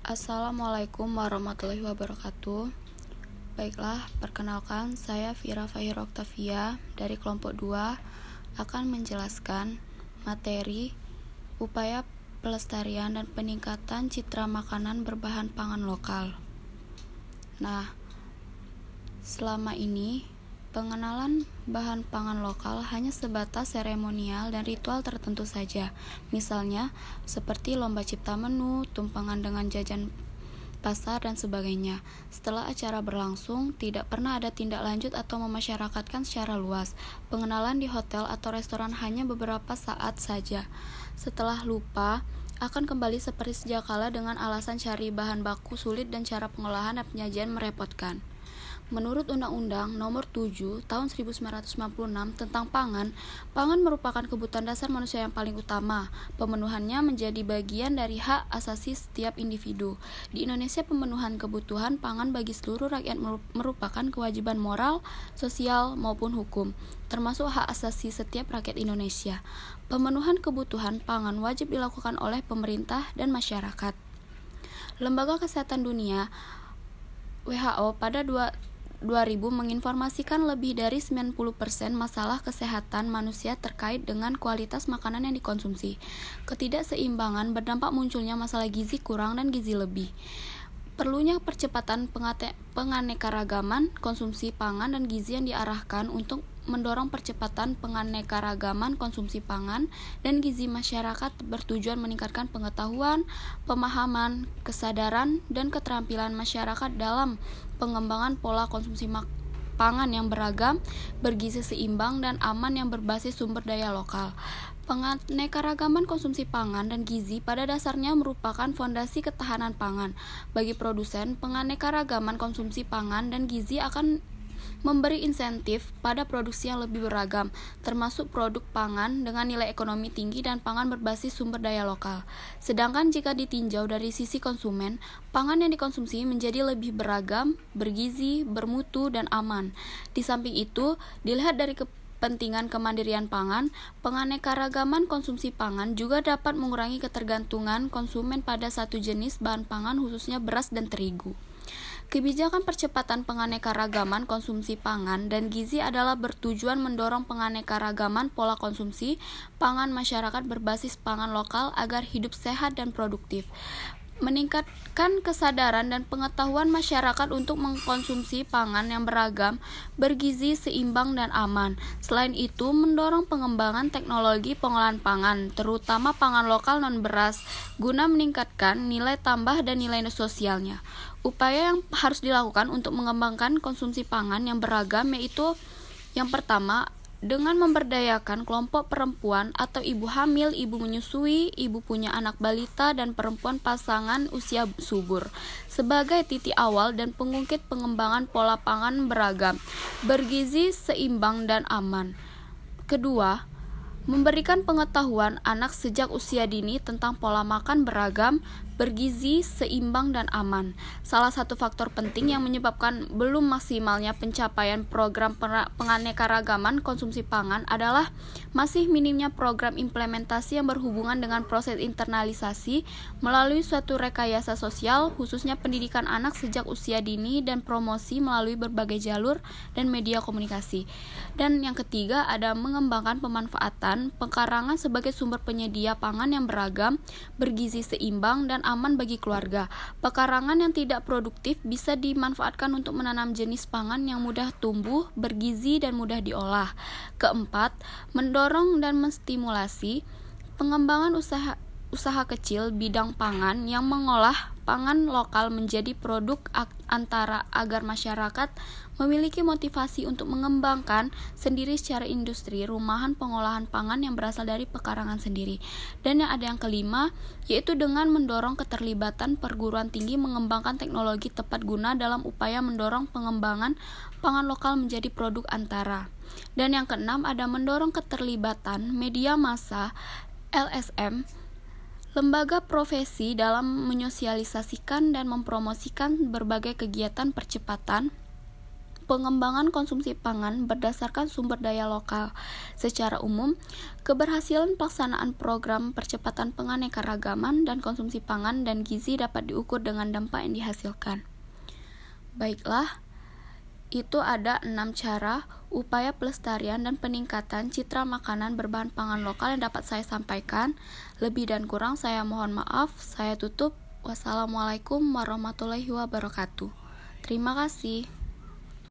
Assalamualaikum warahmatullahi wabarakatuh. Baiklah, perkenalkan saya Vira Fahira Oktavia dari kelompok 2 akan menjelaskan materi upaya pelestarian dan peningkatan citra makanan berbahan pangan lokal. Nah, selama ini pengenalan bahan pangan lokal hanya sebatas seremonial dan ritual tertentu saja. Misalnya, seperti lomba cipta menu, tumpangan dengan jajan pasar, dan sebagainya. Setelah acara berlangsung, tidak pernah ada tindak lanjut atau memasyarakatkan secara luas. Pengenalan di hotel atau restoran hanya beberapa saat saja. Setelah lupa, akan kembali seperti sedia kala dengan alasan cari bahan baku sulit dan cara pengolahan dan penyajian merepotkan. Menurut Undang-Undang Nomor 7 Tahun 1996 tentang pangan merupakan kebutuhan dasar manusia yang paling utama. Pemenuhannya menjadi bagian dari hak asasi setiap individu. Di Indonesia, pemenuhan kebutuhan pangan bagi seluruh rakyat merupakan kewajiban moral, sosial, maupun hukum, termasuk hak asasi setiap rakyat Indonesia. Pemenuhan kebutuhan pangan wajib dilakukan oleh pemerintah dan masyarakat. Lembaga Kesehatan Dunia WHO pada 2000 menginformasikan lebih dari 90% masalah kesehatan manusia terkait dengan kualitas makanan yang dikonsumsi. Ketidakseimbangan berdampak munculnya masalah gizi kurang dan gizi lebih. Perlunya percepatan penganekaragaman konsumsi pangan dan gizi yang diarahkan untuk mendorong percepatan penganekaragaman konsumsi pangan dan gizi masyarakat bertujuan meningkatkan pengetahuan, pemahaman, kesadaran, dan keterampilan masyarakat dalam pengembangan pola konsumsi pangan yang beragam, bergizi seimbang, dan aman yang berbasis sumber daya lokal. Penganekaragaman konsumsi pangan dan gizi pada dasarnya merupakan fondasi ketahanan pangan. Bagi produsen, penganekaragaman konsumsi pangan dan gizi akan memberi insentif pada produksi yang lebih beragam, termasuk produk pangan dengan nilai ekonomi tinggi dan pangan berbasis sumber daya lokal. Sedangkan jika ditinjau dari sisi konsumen, pangan yang dikonsumsi menjadi lebih beragam, bergizi, bermutu, dan aman. Di samping itu, dilihat dari kepentingan kemandirian pangan, penganekaragaman konsumsi pangan juga dapat mengurangi ketergantungan konsumen pada satu jenis bahan pangan, khususnya beras dan terigu. Kebijakan percepatan penganekaragaman konsumsi pangan dan gizi adalah bertujuan mendorong penganekaragaman pola konsumsi pangan masyarakat berbasis pangan lokal agar hidup sehat dan produktif. Meningkatkan kesadaran dan pengetahuan masyarakat untuk mengkonsumsi pangan yang beragam, bergizi, seimbang, dan aman. Selain itu, mendorong pengembangan teknologi pengolahan pangan, terutama pangan lokal non-beras, guna meningkatkan nilai tambah dan nilai sosialnya. Upaya yang harus dilakukan untuk mengembangkan konsumsi pangan yang beragam yaitu yang pertama, dengan memberdayakan kelompok perempuan atau ibu hamil, ibu menyusui, ibu punya anak balita, dan perempuan pasangan usia subur sebagai titik awal dan pengungkit pengembangan pola pangan beragam, bergizi, seimbang, dan aman. Kedua, memberikan pengetahuan anak sejak usia dini tentang pola makan beragam, bergizi, seimbang, dan aman. Salah satu faktor penting yang menyebabkan belum maksimalnya pencapaian program penganekaragaman konsumsi pangan adalah masih minimnya program implementasi yang berhubungan dengan proses internalisasi melalui suatu rekayasa sosial, khususnya pendidikan anak sejak usia dini dan promosi melalui berbagai jalur dan media komunikasi. Dan yang ketiga, ada mengembangkan pemanfaatan pekarangan sebagai sumber penyedia pangan yang beragam, bergizi seimbang, dan aman bagi keluarga. Pekarangan yang tidak produktif bisa dimanfaatkan untuk menanam jenis pangan yang mudah tumbuh, bergizi, dan mudah diolah. Keempat, mendorong dan menstimulasi pengembangan usaha kecil bidang pangan yang mengolah pangan lokal menjadi produk antara agar masyarakat memiliki motivasi untuk mengembangkan sendiri secara industri rumahan pengolahan pangan yang berasal dari pekarangan sendiri. Dan yang ada yang kelima, yaitu dengan mendorong keterlibatan perguruan tinggi mengembangkan teknologi tepat guna dalam upaya mendorong pengembangan pangan lokal menjadi produk antara. Dan yang keenam, ada mendorong keterlibatan media massa, LSM, lembaga profesi dalam menyosialisasikan dan mempromosikan berbagai kegiatan percepatan pengembangan konsumsi pangan berdasarkan sumber daya lokal. Secara umum, keberhasilan pelaksanaan program percepatan penganekaragaman dan konsumsi pangan dan gizi dapat diukur dengan dampak yang dihasilkan. Baiklah, itu ada 6 cara upaya pelestarian dan peningkatan citra makanan berbahan pangan lokal yang dapat saya sampaikan. Lebih dan kurang saya mohon maaf. Saya tutup. Wassalamualaikum warahmatullahi wabarakatuh. Terima kasih.